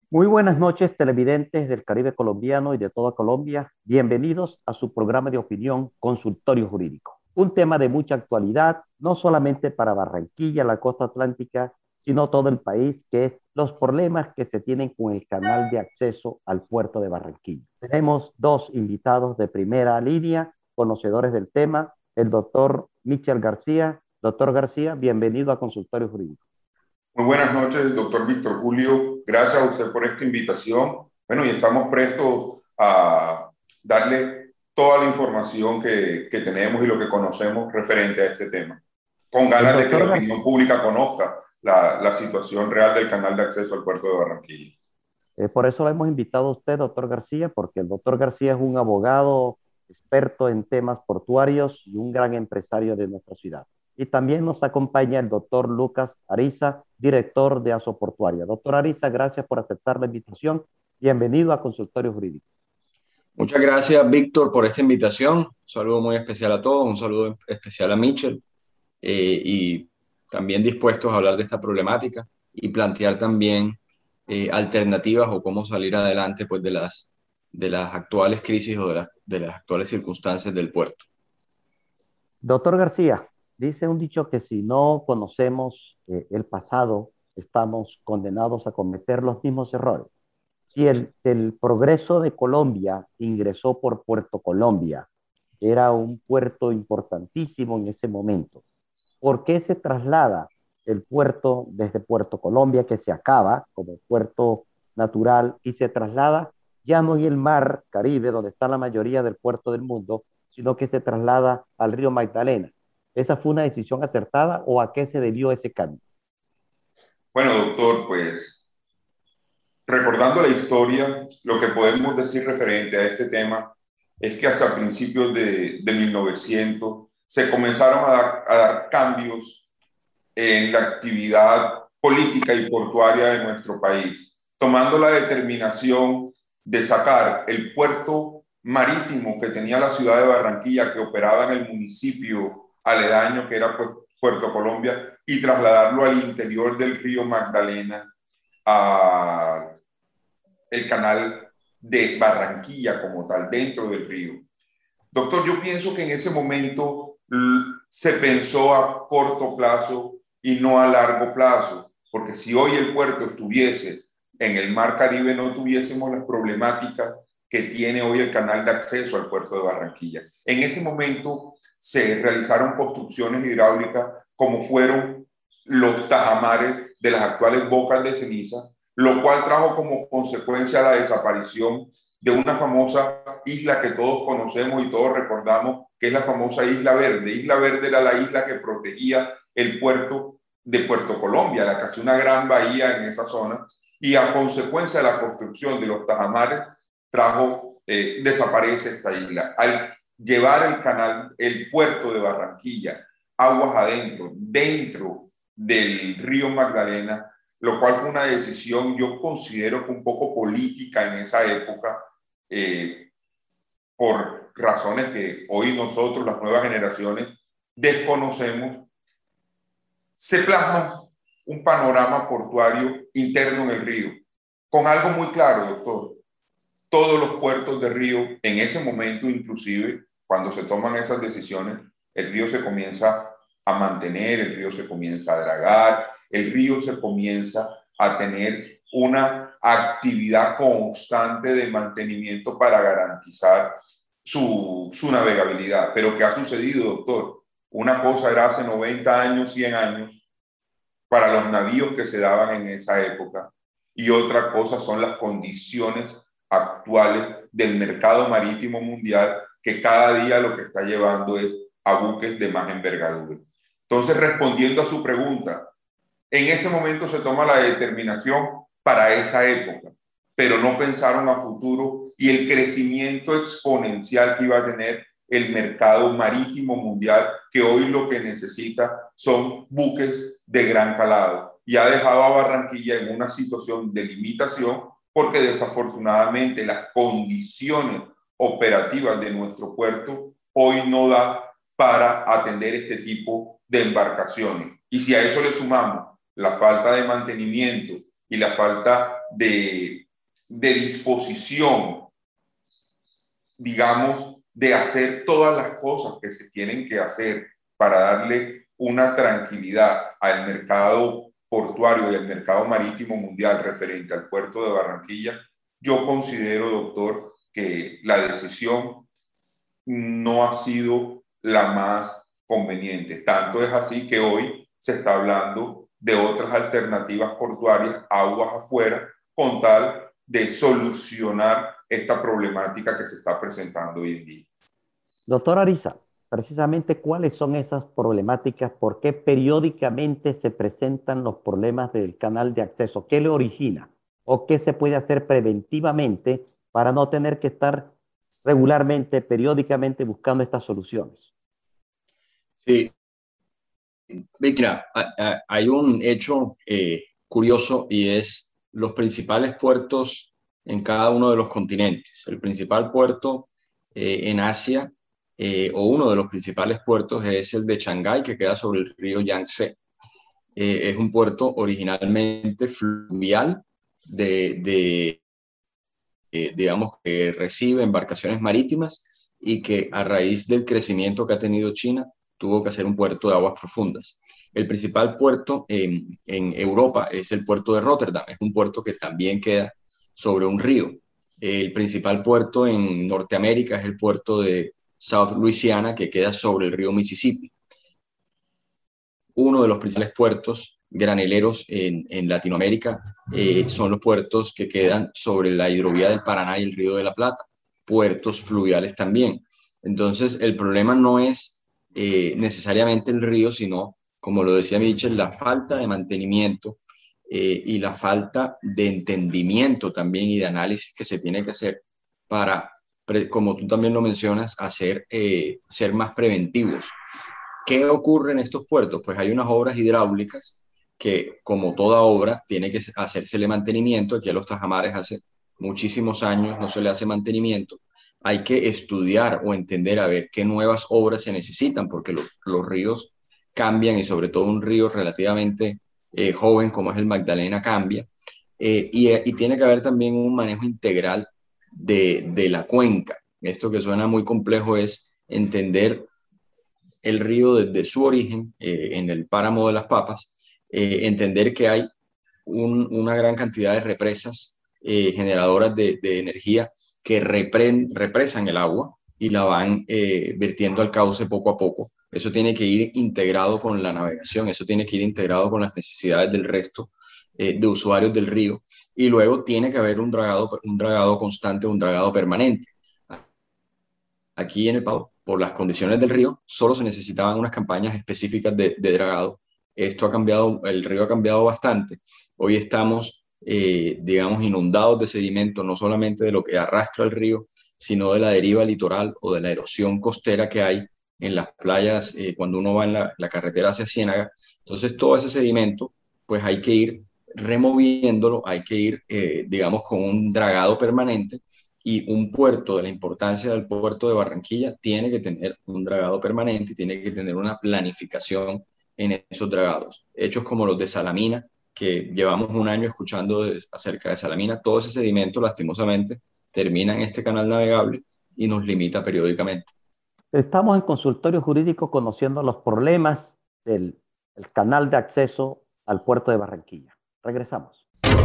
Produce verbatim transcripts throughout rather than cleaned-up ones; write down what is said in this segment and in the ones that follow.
Muy buenas noches, televidentes del Caribe colombiano y de toda Colombia. Bienvenidos a su programa de opinión Consultorio Jurídico. Un tema de mucha actualidad, no solamente para Barranquilla, la costa atlántica, sino todo el país, que es los problemas que se tienen con el canal de acceso al puerto de Barranquilla. Tenemos dos invitados de primera línea, conocedores del tema, el doctor Michel García. Doctor García, bienvenido a Consultorio Jurídico. Muy buenas noches, doctor Víctor Julio. Gracias a usted por esta invitación. Bueno, y estamos prestos a darle toda la información que, que tenemos y lo que conocemos referente a este tema, con El ganas de que la doctor García. opinión pública conozca la, la situación real del canal de acceso al puerto de Barranquilla. Eh, por eso lo hemos invitado a usted, doctor García, porque el doctor García es un abogado experto en temas portuarios y un gran empresario de nuestra ciudad. Y también nos acompaña el doctor Lucas Ariza, director de Asoportuaria. Doctor Ariza, gracias por aceptar la invitación. Bienvenido a Consultorio Jurídico. Muchas gracias, Víctor, por esta invitación. Un saludo muy especial a todos, un saludo especial a Michel eh, y también dispuestos a hablar de esta problemática y plantear también eh, alternativas o cómo salir adelante pues, de, las, de las actuales crisis o de las, de las actuales circunstancias del puerto. Doctor García, dice un dicho que si no conocemos eh, el pasado, estamos condenados a cometer los mismos errores. Si el, el progreso de Colombia ingresó por Puerto Colombia, era un puerto importantísimo en ese momento. ¿Por qué se traslada el puerto desde Puerto Colombia, que se acaba como puerto natural, y se traslada ya no en el mar Caribe, donde está la mayoría del puerto del mundo, sino que se traslada al río Magdalena? ¿Esa fue una decisión acertada o a qué se debió ese cambio? Bueno, doctor, pues recordando la historia, lo que podemos decir referente a este tema es que hasta principios de, de mil novecientos se comenzaron a dar, a dar cambios en la actividad política y portuaria de nuestro país, tomando la determinación de sacar el puerto marítimo que tenía la ciudad de Barranquilla, que operaba en el municipio aledaño, que era Puerto Colombia, y trasladarlo al interior del río Magdalena, a el canal de Barranquilla como tal, dentro del río. Doctor, yo pienso que en ese momento se pensó a corto plazo y no a largo plazo, porque si hoy el puerto estuviese en el Mar Caribe, no tuviésemos las problemáticas que tiene hoy el canal de acceso al puerto de Barranquilla. En ese momento se realizaron construcciones hidráulicas como fueron los tajamares de las actuales bocas de ceniza, lo cual trajo como consecuencia la desaparición de una famosa isla que todos conocemos y todos recordamos, que es la famosa Isla Verde. Isla Verde era la isla que protegía el puerto de Puerto Colombia, la que hacía una gran bahía en esa zona, y a consecuencia de la construcción de los tajamares, trajo, eh, desaparece esta isla. Al llevar el canal, el puerto de Barranquilla, aguas adentro, dentro del río Magdalena, lo cual fue una decisión, yo considero que un poco política en esa época, eh, por razones que hoy nosotros, las nuevas generaciones, desconocemos. Se plasma un panorama portuario interno en el río, con algo muy claro, doctor. Todos los puertos de río, en ese momento inclusive, cuando se toman esas decisiones, el río se comienza a mantener, el río se comienza a dragar, el río se comienza a tener una actividad constante de mantenimiento para garantizar su, su navegabilidad. Pero ¿qué ha sucedido, doctor? Una cosa era hace noventa años, cien años, para los navíos que se daban en esa época, y otra cosa son las condiciones actuales del mercado marítimo mundial, que cada día lo que está llevando es a buques de más envergadura. Entonces, respondiendo a su pregunta, en ese momento se toma la determinación para esa época, pero no pensaron a futuro y el crecimiento exponencial que iba a tener el mercado marítimo mundial, que hoy lo que necesita son buques de gran calado, y ha dejado a Barranquilla en una situación de limitación porque desafortunadamente las condiciones operativas de nuestro puerto hoy no da para atender este tipo de embarcaciones. Y si a eso le sumamos la falta de mantenimiento y la falta de, de disposición, digamos, de hacer todas las cosas que se tienen que hacer para darle una tranquilidad al mercado portuario y al mercado marítimo mundial referente al puerto de Barranquilla, yo considero, doctor, que la decisión no ha sido la más conveniente. Tanto es así que hoy se está hablando de otras alternativas portuarias, aguas afuera, con tal de solucionar esta problemática que se está presentando hoy en día. Doctor Ariza, precisamente cuáles son esas problemáticas, por qué periódicamente se presentan los problemas del canal de acceso, qué le origina o qué se puede hacer preventivamente para no tener que estar regularmente, periódicamente buscando estas soluciones. Sí, mira, hay un hecho eh, curioso y es los principales puertos en cada uno de los continentes. El principal puerto eh, en Asia eh, o uno de los principales puertos es el de Shanghái, que queda sobre el río Yangtze. Eh, es un puerto originalmente fluvial de, de eh, digamos, que recibe embarcaciones marítimas y que a raíz del crecimiento que ha tenido China tuvo que hacer un puerto de aguas profundas. El principal puerto en, en Europa es el puerto de Rotterdam, es un puerto que también queda sobre un río. El principal puerto en Norteamérica es el puerto de South Louisiana, que queda sobre el río Mississippi. Uno de los principales puertos graneleros en, en Latinoamérica eh, son los puertos que quedan sobre la hidrovía del Paraná y el Río de la Plata, puertos fluviales también. Entonces, el problema no es eh, necesariamente el río, sino, como lo decía Michel, la falta de mantenimiento eh, y la falta de entendimiento también y de análisis que se tiene que hacer para, como tú también lo mencionas, hacer, eh, ser más preventivos. ¿Qué ocurre en estos puertos? Pues hay unas obras hidráulicas que, como toda obra, tiene que hacérsele mantenimiento. Aquí a los tajamares hace muchísimos años no se le hace mantenimiento. Hay que estudiar o entender a ver qué nuevas obras se necesitan, porque lo, los ríos cambian y sobre todo un río relativamente eh, joven como es el Magdalena cambia. Eh, y, y tiene que haber también un manejo integral de, de la cuenca. Esto que suena muy complejo es entender el río desde su origen, eh, en el páramo de las Papas, eh, entender que hay un, una gran cantidad de represas eh, generadoras de, de energía que repren, represan el agua y la van eh, vertiendo al cauce poco a poco. Eso tiene que ir integrado con la navegación, eso tiene que ir integrado con las necesidades del resto eh, de usuarios del río, y luego tiene que haber un dragado, un dragado constante, un dragado permanente. Aquí en el Pavo, por las condiciones del río, solo se necesitaban unas campañas específicas de, de dragado. Esto ha cambiado, el río ha cambiado bastante. Hoy estamos, eh, digamos, inundados de sedimento, no solamente de lo que arrastra el río, sino de la deriva litoral o de la erosión costera que hay en las playas eh, cuando uno va en la, la carretera hacia Ciénaga. Entonces, todo ese sedimento, pues hay que ir removiéndolo, hay que ir, eh, digamos, con un dragado permanente. Y un puerto, de la importancia del puerto de Barranquilla, tiene que tener un dragado permanente y tiene que tener una planificación en esos dragados. Hechos como los de Salamina, que llevamos un año escuchando de, acerca de Salamina, todo ese sedimento lastimosamente termina en este canal navegable y nos limita periódicamente. Estamos en consultorio jurídico conociendo los problemas del, del canal de acceso al puerto de Barranquilla. Regresamos.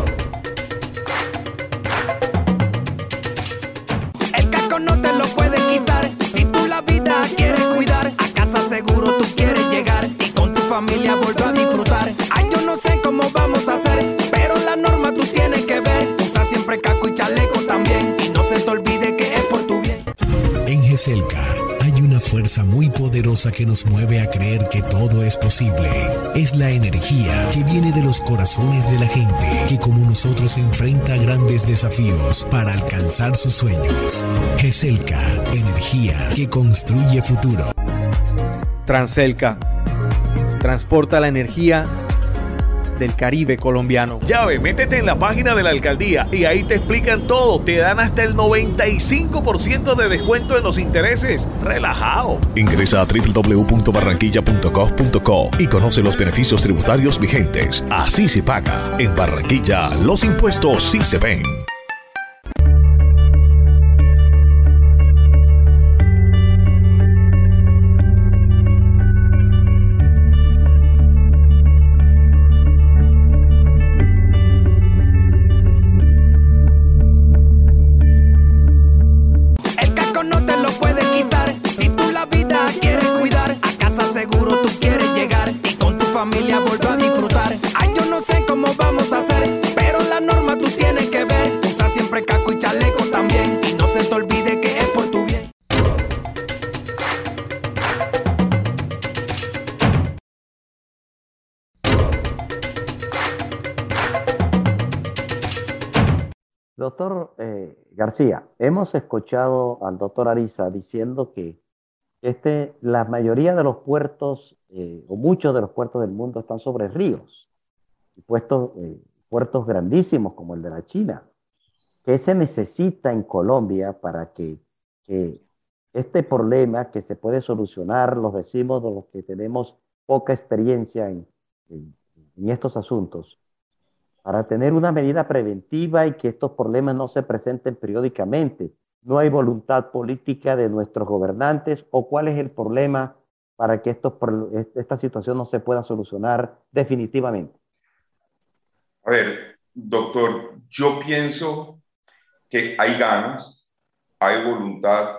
No te lo puedes quitar. Si tú la vida quieres cuidar, a casa seguro tú quieres llegar y con tu familia volver a disfrutar. Ay, yo no sé cómo vamos a hacer, pero la norma tú tienes que ver. Usa siempre casco y chaleco también y no se te olvide que es por tu bien. En GESELCA hay una fuerza muy poderosa que nos mueve a creer que todo es posible. Es la energía que viene de los corazones de la gente, que como nosotros enfrenta grandes desafíos para alcanzar sus sueños. GESELCA, energía que construye futuro. Transelca transporta la energía del Caribe colombiano. Llave, métete en la página de la alcaldía y ahí te explican todo. Te dan hasta el noventa y cinco por ciento de descuento en los intereses. Relajado. Ingresa a doble u doble u doble u punto barranquilla punto gov punto co y conoce los beneficios tributarios vigentes. Así se paga. En Barranquilla, los impuestos sí se ven. Doctor eh, García, hemos escuchado al doctor Ariza diciendo que este, la mayoría de los puertos, eh, o muchos de los puertos del mundo están sobre ríos, y puestos, eh, puertos grandísimos como el de la China. ¿Qué se necesita en Colombia para que, que este problema que se puede solucionar, los decimos de los que tenemos poca experiencia en, en, en estos asuntos, para tener una medida preventiva y que estos problemas no se presenten periódicamente? ¿No hay voluntad política de nuestros gobernantes? ¿O cuál es el problema para que estos, esta situación no se pueda solucionar definitivamente? A ver, doctor, yo pienso que hay ganas, hay voluntad.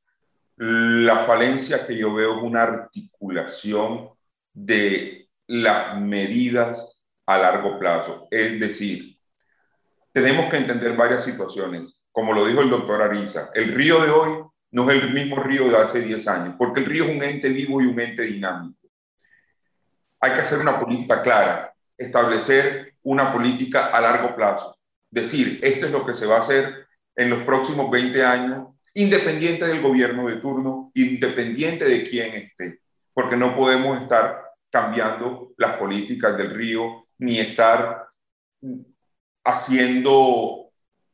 La falencia que yo veo es una articulación de las medidas a largo plazo. Es decir, tenemos que entender varias situaciones. Como lo dijo el doctor Ariza, el río de hoy no es el mismo río de hace diez años, porque el río es un ente vivo y un ente dinámico. Hay que hacer una política clara, establecer una política a largo plazo. Decir, esto es lo que se va a hacer en los próximos veinte años, independiente del gobierno de turno, independiente de quién esté, porque no podemos estar cambiando las políticas del río, ni estar haciendo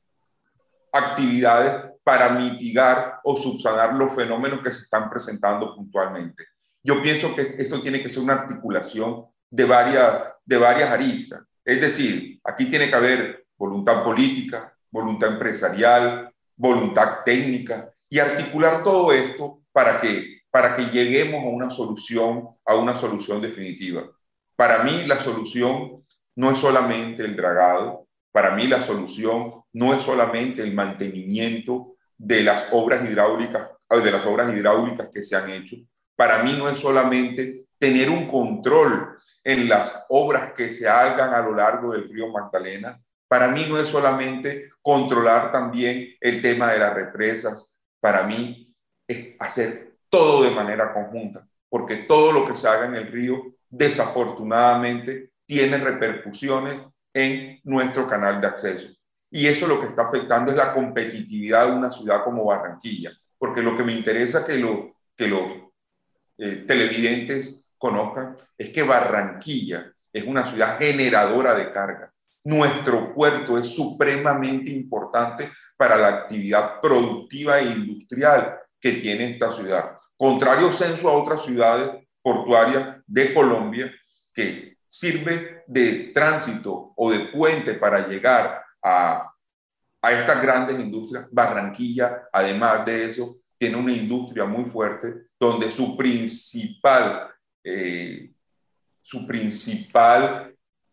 actividades para mitigar o subsanar los fenómenos que se están presentando puntualmente. Yo pienso que esto tiene que ser una articulación de varias, de varias aristas. Es decir, aquí tiene que haber voluntad política, voluntad empresarial, voluntad técnica, y articular todo esto para que, para que lleguemos a una solución, a una solución definitiva. Para mí la solución no es solamente el dragado, para mí la solución no es solamente el mantenimiento de las obras hidráulicas, de las obras hidráulicas que se han hecho. Para mí no es solamente tener un control en las obras que se hagan a lo largo del río Magdalena. Para mí no es solamente controlar también el tema de las represas. Para mí es hacer todo de manera conjunta, porque todo lo que se haga en el río, desafortunadamente, tiene repercusiones en nuestro canal de acceso. Y eso lo que está afectando es la competitividad de una ciudad como Barranquilla, porque lo que me interesa que, lo, que los eh, televidentes conozcan es que Barranquilla es una ciudad generadora de carga. Nuestro puerto es supremamente importante para la actividad productiva e industrial que tiene esta ciudad. Contrario censo a otras ciudades portuarias de Colombia, que sirve de tránsito o de puente para llegar a, a estas grandes industrias. Barranquilla, además de eso, tiene una industria muy fuerte donde su principal, eh, su principal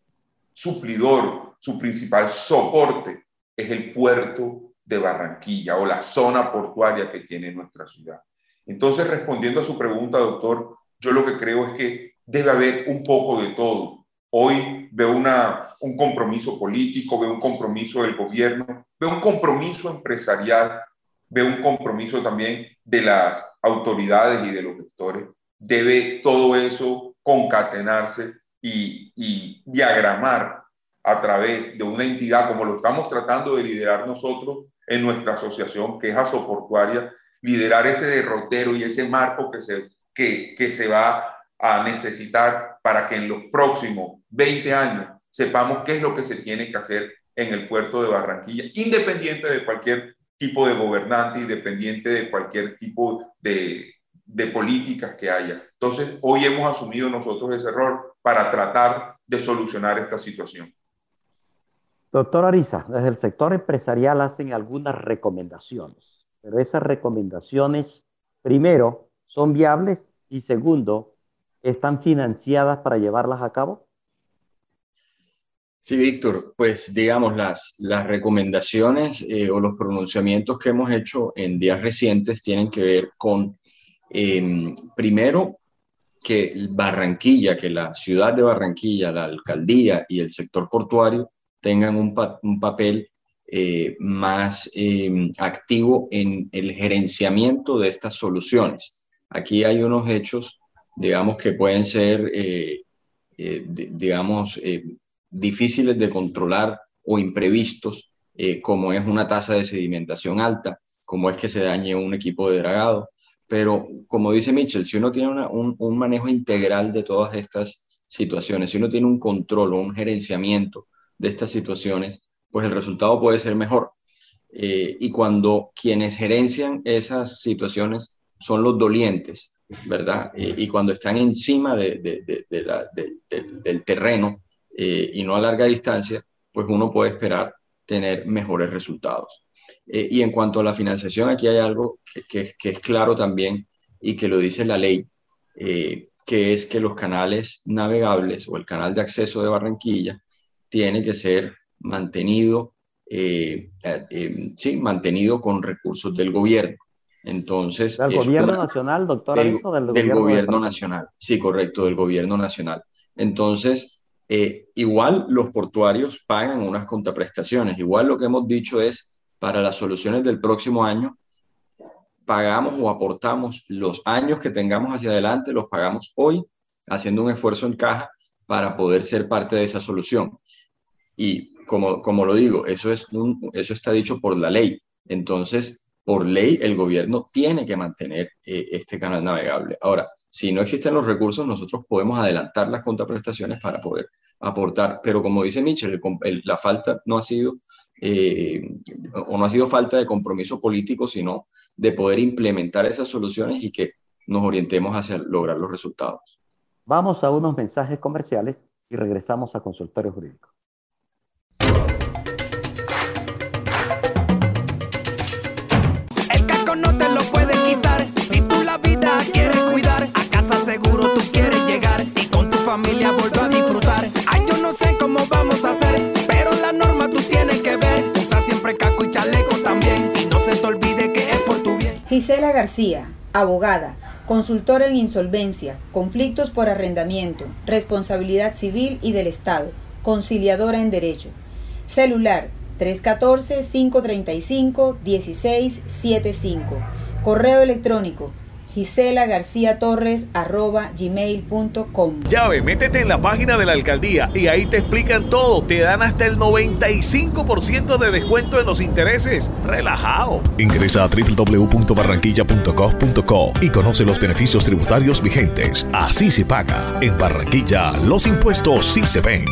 suplidor, su principal soporte es el puerto de Barranquilla o la zona portuaria que tiene nuestra ciudad. Entonces, respondiendo a su pregunta, doctor, yo lo que creo es que debe haber un poco de todo. Hoy veo una, un compromiso político, veo un compromiso del gobierno, veo un compromiso empresarial, veo un compromiso también de las autoridades y de los gestores. Debe todo eso concatenarse y, y diagramar a través de una entidad como lo estamos tratando de liderar nosotros en nuestra asociación, que es Asoportuaria, liderar ese derrotero y ese marco que se, que, que se va a necesitar para que en los próximos veinte años sepamos qué es lo que se tiene que hacer en el puerto de Barranquilla, independiente de cualquier tipo de gobernante, independiente de cualquier tipo de, de políticas que haya. Entonces, hoy hemos asumido nosotros ese error para tratar de solucionar esta situación. Doctor Ariza, desde el sector empresarial hacen algunas recomendaciones, pero esas recomendaciones, primero, ¿son viables? Y segundo, ¿están financiadas para llevarlas a cabo? Sí, Víctor, pues digamos, las, las recomendaciones eh, o los pronunciamientos que hemos hecho en días recientes tienen que ver con, eh, primero, que Barranquilla, que la ciudad de Barranquilla, la alcaldía y el sector portuario tengan un, pa un papel eh, más eh, activo en el gerenciamiento de estas soluciones. Aquí hay unos hechos, digamos, que pueden ser, eh, eh, digamos, eh, difíciles de controlar o imprevistos, eh, como es una tasa de sedimentación alta, como es que se dañe un equipo de dragado. Pero, como dice Mitchell, si uno tiene una, un, un manejo integral de todas estas situaciones, si uno tiene un control o un gerenciamiento de estas situaciones, pues el resultado puede ser mejor. Eh, y cuando quienes gerencian esas situaciones son los dolientes, ¿verdad? Eh, y cuando están encima de, de, de, de la, de, de, del terreno eh, y no a larga distancia, pues uno puede esperar tener mejores resultados. Eh, y en cuanto a la financiación, aquí hay algo que, que, que es claro también y que lo dice la ley, eh, que es que los canales navegables o el canal de acceso de Barranquilla tiene que ser mantenido, eh, eh, sí, mantenido con recursos del gobierno. Entonces, ¿Del es gobierno una, nacional, doctor del, Ariza, o del, del gobierno, gobierno nacional? Sí, correcto, del gobierno nacional. Entonces, eh, igual los portuarios pagan unas contraprestaciones. Igual lo que hemos dicho es, para las soluciones del próximo año, pagamos o aportamos los años que tengamos hacia adelante, los pagamos hoy, haciendo un esfuerzo en caja para poder ser parte de esa solución. Y como, como lo digo, eso, es un, eso está dicho por la ley. Entonces, por ley, el gobierno tiene que mantener eh, este canal navegable. Ahora, si no existen los recursos, nosotros podemos adelantar las contraprestaciones para poder aportar. Pero como dice Mitchell, el, el, la falta no ha sido, eh, o no ha sido falta de compromiso político, sino de poder implementar esas soluciones y que nos orientemos hacia lograr los resultados. Vamos a unos mensajes comerciales y regresamos a Consultorio Jurídico. El casco no te lo puedes quitar si tú la vida quieres cuidar. A casa seguro tú quieres llegar y con tu familia volver a disfrutar. Ay, yo no sé cómo vamos a hacer, pero la norma tú tienes que ver. Usa siempre casco y chaleco también y no se te olvide que es por tu bien. Gisela García, abogada, consultora en insolvencia, conflictos por arrendamiento, responsabilidad civil y del Estado, conciliadora en derecho. Celular tres uno cuatro, cinco tres cinco, uno seis siete cinco. Correo electrónico giselagarciatorres arroba gmail punto com. Llave, métete en la página de la alcaldía y ahí te explican todo. Te dan hasta el noventa y cinco por ciento de descuento en los intereses. Relajado. Ingresa a doble u doble u doble u punto barranquilla punto gov punto co y conoce los beneficios tributarios vigentes. Así se paga. En Barranquilla, los impuestos sí se ven.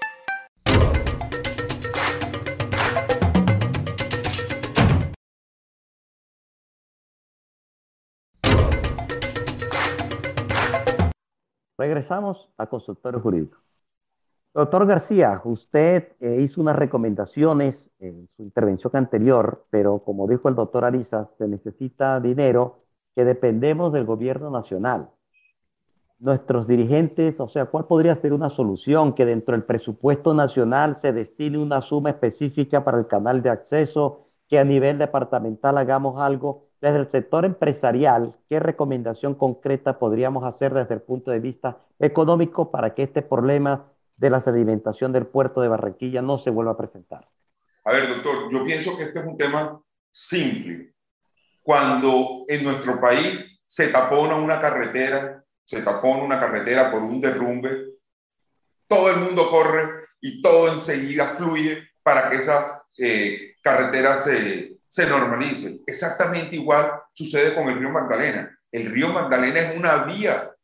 Regresamos a Consultorio Jurídico. Doctor García, usted eh, hizo unas recomendaciones en su intervención anterior, pero como dijo el doctor Ariza, se necesita dinero que dependemos del gobierno nacional. Nuestros dirigentes, o sea, ¿cuál podría ser una solución? Que dentro del presupuesto nacional se destine una suma específica para el canal de acceso, que a nivel departamental hagamos algo. Desde el sector empresarial, ¿qué recomendación concreta podríamos hacer desde el punto de vista económico para que este problema de la sedimentación del puerto de Barranquilla no se vuelva a presentar? A ver, doctor, yo pienso que este es un tema simple. Cuando en nuestro país se tapona una carretera, se tapona una carretera por un derrumbe, todo el mundo corre y todo enseguida fluye para que esa eh, carretera se... se normalice. Exactamente igual sucede con el río Magdalena. El río Magdalena es una vía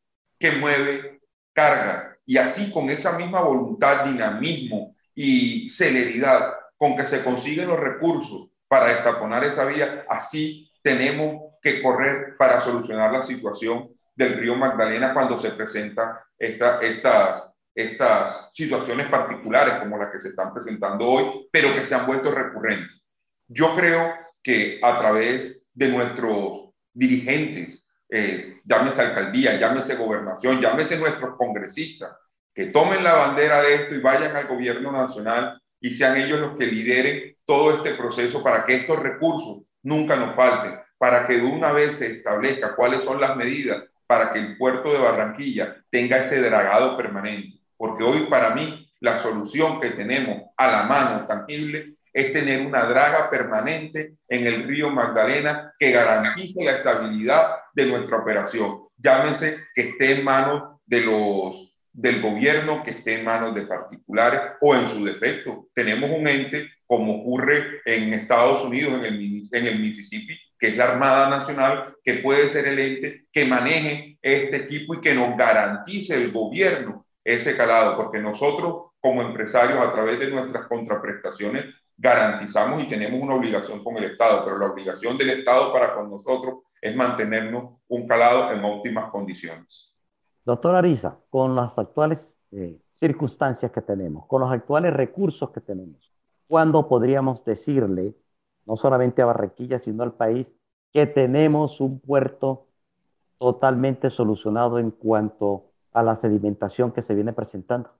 que mueve carga. Y así, con esa misma voluntad, dinamismo y celeridad con que se consiguen los recursos para destaponar esa vía, así tenemos que correr para solucionar la situación del río Magdalena cuando se presentan esta, estas, estas situaciones particulares como las que se están presentando hoy, pero que se han vuelto recurrentes. Yo creo que a través de nuestros dirigentes, eh, llámese alcaldía, llámese gobernación, llámese nuestros congresistas, que tomen la bandera de esto y vayan al gobierno nacional y sean ellos los que lideren todo este proceso para que estos recursos nunca nos falten, para que de una vez se establezca cuáles son las medidas para que el puerto de Barranquilla tenga ese dragado permanente. Porque hoy para mí la solución que tenemos a la mano tangible es tener una draga permanente en el río Magdalena que garantice la estabilidad de nuestra operación. Llámense que esté en manos de los del gobierno, que esté en manos de particulares o en su defecto. Tenemos un ente, como ocurre en Estados Unidos, en el, en el Mississippi, que es la Armada Nacional, que puede ser el ente que maneje este equipo y que nos garantice el gobierno ese calado, porque nosotros como empresarios a través de nuestras contraprestaciones garantizamos y tenemos una obligación con el Estado, pero la obligación del Estado para con nosotros es mantenernos un calado en óptimas condiciones. Doctor Ariza, con las actuales eh, circunstancias que tenemos, con los actuales recursos que tenemos, ¿cuándo podríamos decirle, no solamente a Barranquilla, sino al país, que tenemos un puerto totalmente solucionado en cuanto a la sedimentación que se viene presentando?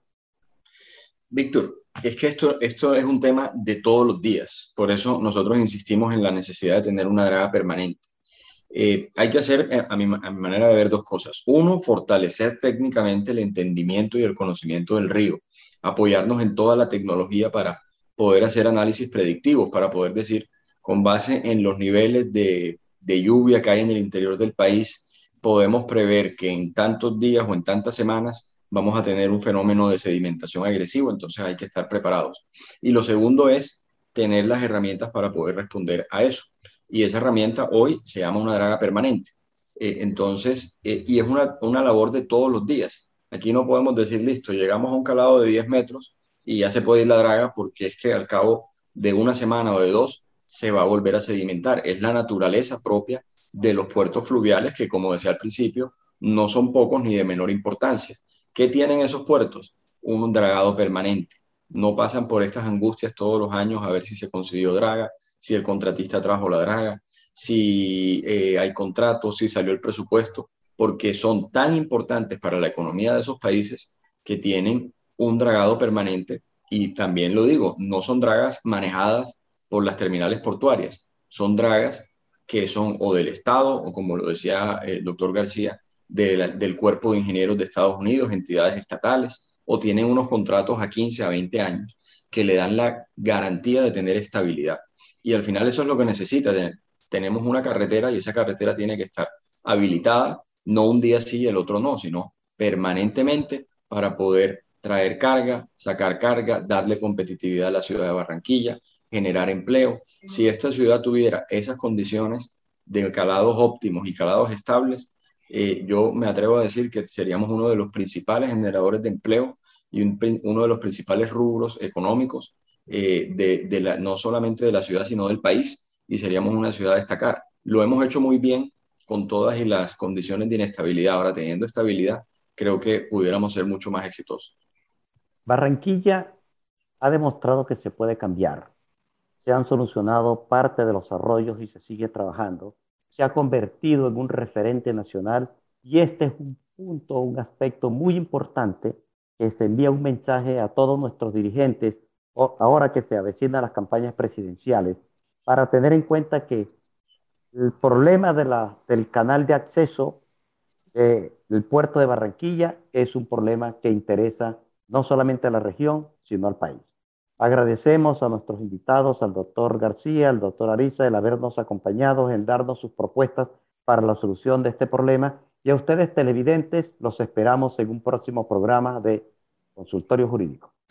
Víctor, es que esto, esto es un tema de todos los días. Por eso nosotros insistimos en la necesidad de tener una draga permanente. Eh, hay que hacer, a mi, a mi manera de ver, dos cosas. Uno, fortalecer técnicamente el entendimiento y el conocimiento del río. Apoyarnos en toda la tecnología para poder hacer análisis predictivos, para poder decir, con base en los niveles de, de lluvia que hay en el interior del país, podemos prever que en tantos días o en tantas semanas vamos a tener un fenómeno de sedimentación agresivo, entonces hay que estar preparados. Y lo segundo es tener las herramientas para poder responder a eso. Y esa herramienta hoy se llama una draga permanente. Eh, entonces, eh, y es una, una labor de todos los días. Aquí no podemos decir, listo, llegamos a un calado de diez metros y ya se puede ir la draga, porque es que al cabo de una semana o de dos se va a volver a sedimentar. Es la naturaleza propia de los puertos fluviales que, como decía al principio, no son pocos ni de menor importancia. ¿Qué tienen esos puertos? Un dragado permanente. No pasan por estas angustias todos los años a ver si se consiguió draga, si el contratista trajo la draga, si eh, hay contratos, si salió el presupuesto, porque son tan importantes para la economía de esos países que tienen un dragado permanente. Y también lo digo, no son dragas manejadas por las terminales portuarias, son dragas que son o del Estado o, como lo decía el doctor García, de la, del Cuerpo de Ingenieros de Estados Unidos, entidades estatales, o tienen unos contratos a quince a veinte años que le dan la garantía de tener estabilidad. Y al final eso es lo que necesita. Tenemos una carretera y esa carretera tiene que estar habilitada, no un día sí y el otro no, sino permanentemente para poder traer carga, sacar carga, darle competitividad a la ciudad de Barranquilla, generar empleo. Si esta ciudad tuviera esas condiciones de calados óptimos y calados estables, eh, yo me atrevo a decir que seríamos uno de los principales generadores de empleo y un, uno de los principales rubros económicos, eh, de, de la, no solamente de la ciudad, sino del país, y seríamos una ciudad a destacar. Lo hemos hecho muy bien con todas y las condiciones de inestabilidad. Ahora, teniendo estabilidad, creo que pudiéramos ser mucho más exitosos. Barranquilla ha demostrado que se puede cambiar. Se han solucionado parte de los arroyos y se sigue trabajando. Se ha convertido en un referente nacional y este es un punto, un aspecto muy importante que se envía un mensaje a todos nuestros dirigentes ahora que se avecinan las campañas presidenciales, para tener en cuenta que el problema de la, del canal de acceso del eh, puerto de Barranquilla es un problema que interesa no solamente a la región, sino al país. Agradecemos a nuestros invitados, al doctor García, al doctor Ariza, el habernos acompañado, en darnos sus propuestas para la solución de este problema. Y a ustedes, televidentes, los esperamos en un próximo programa de Consultorio Jurídico.